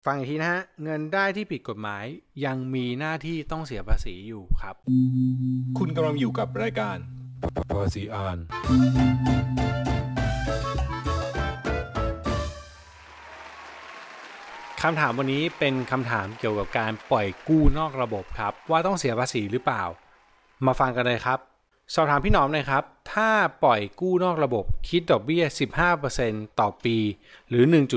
ฟังอีกทีนะฮะเงินได้ที่ผิดกฎหมายยังมีหน้าที่ต้องเสียภาษีอยู่ครับคุณกำลังอยู่กับรายการภาษีอ่านคำถามวันนี้เป็นคำถามเกี่ยวกับการปล่อยกู้นอกระบบครับว่าต้องเสียภาษีหรือเปล่ามาฟังกันเลยครับสอบถามพี่หนอมหน่อยครับถ้าปล่อยกู้นอกระบบคิดดอกเบี้ย 15% ต่อปีหรือ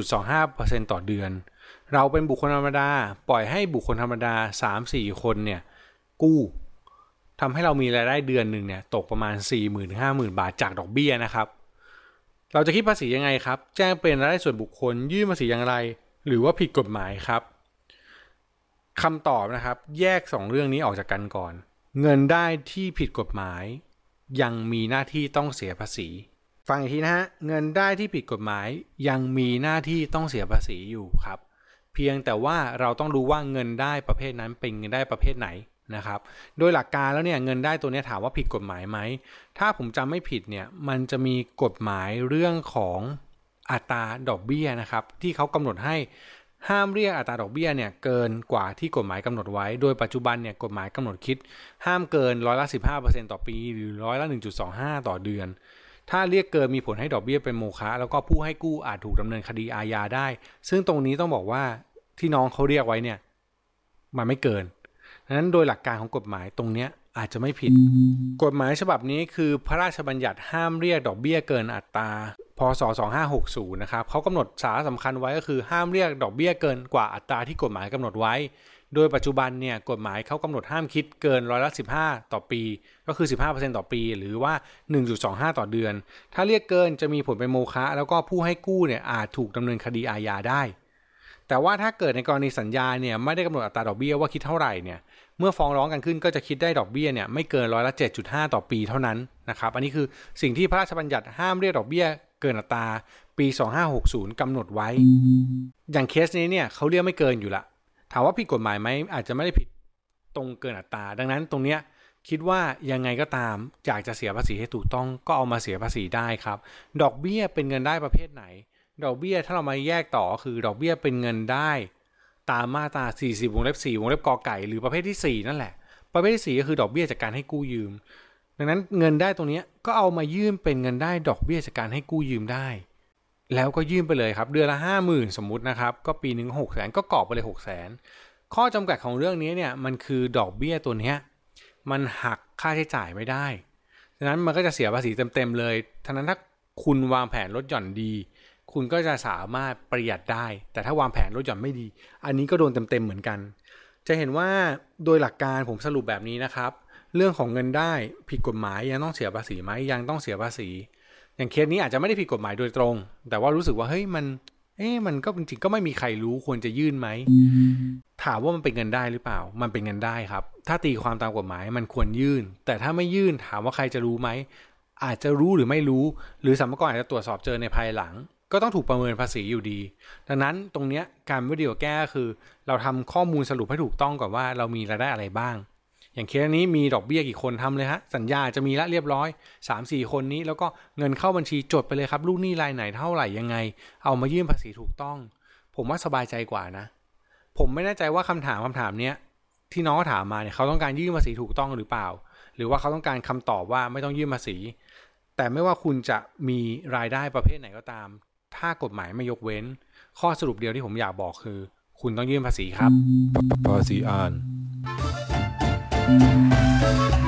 1.25% ต่อเดือนเราเป็นบุคคลธรรมดาปล่อยให้บุคคลธรรมดา 3-4 คนเนี่ยกู้ทำให้เรามีรายได้เดือนหนึ่งเนี่ยตกประมาณ 40,000-50,000 บาทจากดอกเบี้ยนะครับเราจะคิดภาษียังไงครับแจ้งเป็นรายได้ส่วนบุคคลยื่นภาษีอย่างไรหรือว่าผิดกฎหมายครับคำตอบนะครับแยก2เรื่องนี้ออกจากกันก่อนเงินได้ที่ผิดกฎหมายยังมีหน้าที่ต้องเสียภาษีฟังอีกทีนะฮะเงินได้ที่ผิดกฎหมายยังมีหน้าที่ต้องเสียภาษีอยู่ครับเพียงแต่ว่าเราต้องรู้ว่าเงินได้ประเภทนั้นเป็นเงินได้ประเภทไหนนะครับโดยหลักการแล้วเนี่ยเงินได้ตัวนี้ถามว่าผิดกฎหมายไหมถ้าผมจำไม่ผิดเนี่ยมันจะมีกฎหมายเรื่องของอัตราดอกเบี้ยนะครับที่เขากำหนดให้ห้ามเรียกอัตราดอกเบี้ยเนี่ยเกินกว่าที่กฎหมายกำหนดไว้โดยปัจจุบันเนี่ยกฎหมายกำหนดคิดห้ามเกิน15%ต่อปีหรือ1.25%ต่อเดือนถ้าเรียกเกินมีผลให้ดอกเบี้ยเป็นโมฆะแล้วก็ผู้ให้กู้อาจถูกดำเนินคดีอาญาได้ซึ่งตรงนี้ต้องบอกว่าที่น้องเขาเรียกไว้เนี่ยมันไม่เกินดังนั้นโดยหลักการของกฎหมายตรงเนี้ยอาจจะไม่ผิดกฎหมายฉบับนี้คือพระราชบัญญัติห้ามเรียกดอกเบี้ยเกินอัตราพ.ศ. 2560นะครับเขากำหนดสาระสำคัญไว้ก็คือห้ามเรียกดอกเบี้ยเกินกว่าอัตราที่กฎหมายกำหนดไว้โดยปัจจุบันเนี่ยกฎหมายเขากำหนดห้ามคิดเกิน15%ต่อปีก็คือ 15% ต่อปีหรือว่า 1.25 ต่อเดือนถ้าเรียกเกินจะมีผลเป็นโมฆะแล้วก็ผู้ให้กู้เนี่ยอาจถูกดำเนินคดีอาญาได้แต่ว่าถ้าเกิดในกรณีสัญญาเนี่ยไม่ได้กำหนดอัตราดอกเบี้ยว่าคิดเท่าไหร่เนี่ยเมื่อฟ้องร้องกันขึ้นก็จะคิดได้ดอกเบี้ยเนี่ยไม่เกิน7.5%ต่อปีเท่านั้นนะครับอันนี้คือสิ่งที่พระราชบัญญัติห้ามเรียกดอกเบี้ยเกินอัตราปี2560กำหนดไว้อย่างเคสนี้เนี่ยเขาเรียกไม่เกินอยู่ละถามว่าผิดกฎหมายไหมอาจจะไม่ได้ผิดตรงเกินอัตราดังนั้นตรงเนี้ยคิดว่ายังไงก็ตามอยากจะเสียภาษีให้ถูกต้องก็เอามาเสียภาษีได้ครับดอกเบี้ยเป็นเงินได้ประเภทไหนดอกเบี้ยถ้าเรามาแยกต่อคือดอกเบี้ยเป็นเงินได้ตามมาตรา40 วงเล็บ 4 วงเล็บกอไก่หรือประเภทที่4นั่นแหละประเภทที่4ก็คือดอกเบี้ยจากการให้กู้ยืมดังนั้นเงินได้ตรงนี้ก็เอามายื่นเป็นเงินได้ดอกเบี้ยจากการให้กู้ยืมได้แล้วก็ยื่นไปเลยครับเดือนละ 50,000 สมมุตินะครับก็ปีนึง 600,000 ก็กรอกไปเลย 600,000 ข้อจำกัดของเรื่องนี้เนี่ยมันคือดอกเบี้ยตัวนี้มันหักค่าใช้จ่ายไม่ได้ดังนั้นมันก็จะเสียภาษีเต็มๆเลยฉะนั้นถ้าคุณวางแผนลดหย่อนดีคุณก็จะสามารถประหยัดได้แต่ถ้าวางแผนลดหย่อนไม่ดีอันนี้ก็โดนเต็มๆเหมือนกันจะเห็นว่าโดยหลักการผมสรุปแบบนี้นะครับเรื่องของเงินได้ผิดกฎหมายยังต้องเสียภาษีไหมยังต้องเสียภาษีอย่างเคสนี้อาจจะไม่ได้ผิดกฎหมายโดยตรงแต่ว่ารู้สึกว่าเฮ้ยมันก็จริงๆก็ไม่มีใครรู้ควรจะยื่นไหมถามว่ามันเป็นเงินได้หรือเปล่ามันเป็นเงินได้ครับถ้าตีความตามกฎหมายมันควรยื่นแต่ถ้าไม่ยื่นถามว่าใครจะรู้ไหมอาจจะรู้หรือไม่รู้หรือสรรพากรอาจจะตรวจสอบเจอในภายหลังก็ต้องถูกประเมินภาษีอยู่ดีดังนั้นตรงนี้การวิดีโอแก้คือเราทำข้อมูลสรุปให้ถูกต้องก่อนว่าเรามีรายได้อะไรบ้างอย่างเคสนี้มีดอกเบี้ยกี่คนทำเลยฮะสัญญาจะมีละเรียบร้อย 3-4 คนนี้แล้วก็เงินเข้าบัญชีจดไปเลยครับลูกหนี้รายไหนเท่าไหร่ยังไงเอามายื่นภาษีถูกต้องผมว่าสบายใจกว่านะผมไม่แน่ใจว่าคำถามเนี้ยที่น้องถามมาเนี่ยเขาต้องการยื่นภาษีถูกต้องหรือเปล่าหรือว่าเขาต้องการคำตอบว่าไม่ต้องยื่นภาษีแต่ไม่ว่าคุณจะมีรายได้ประเภทไหนก็ตามถ้ากฎหมายไม่ยกเว้นข้อสรุปเดียวที่ผมอยากบอกคือคุณต้องยื่นภาษีครับภาษีอ่าน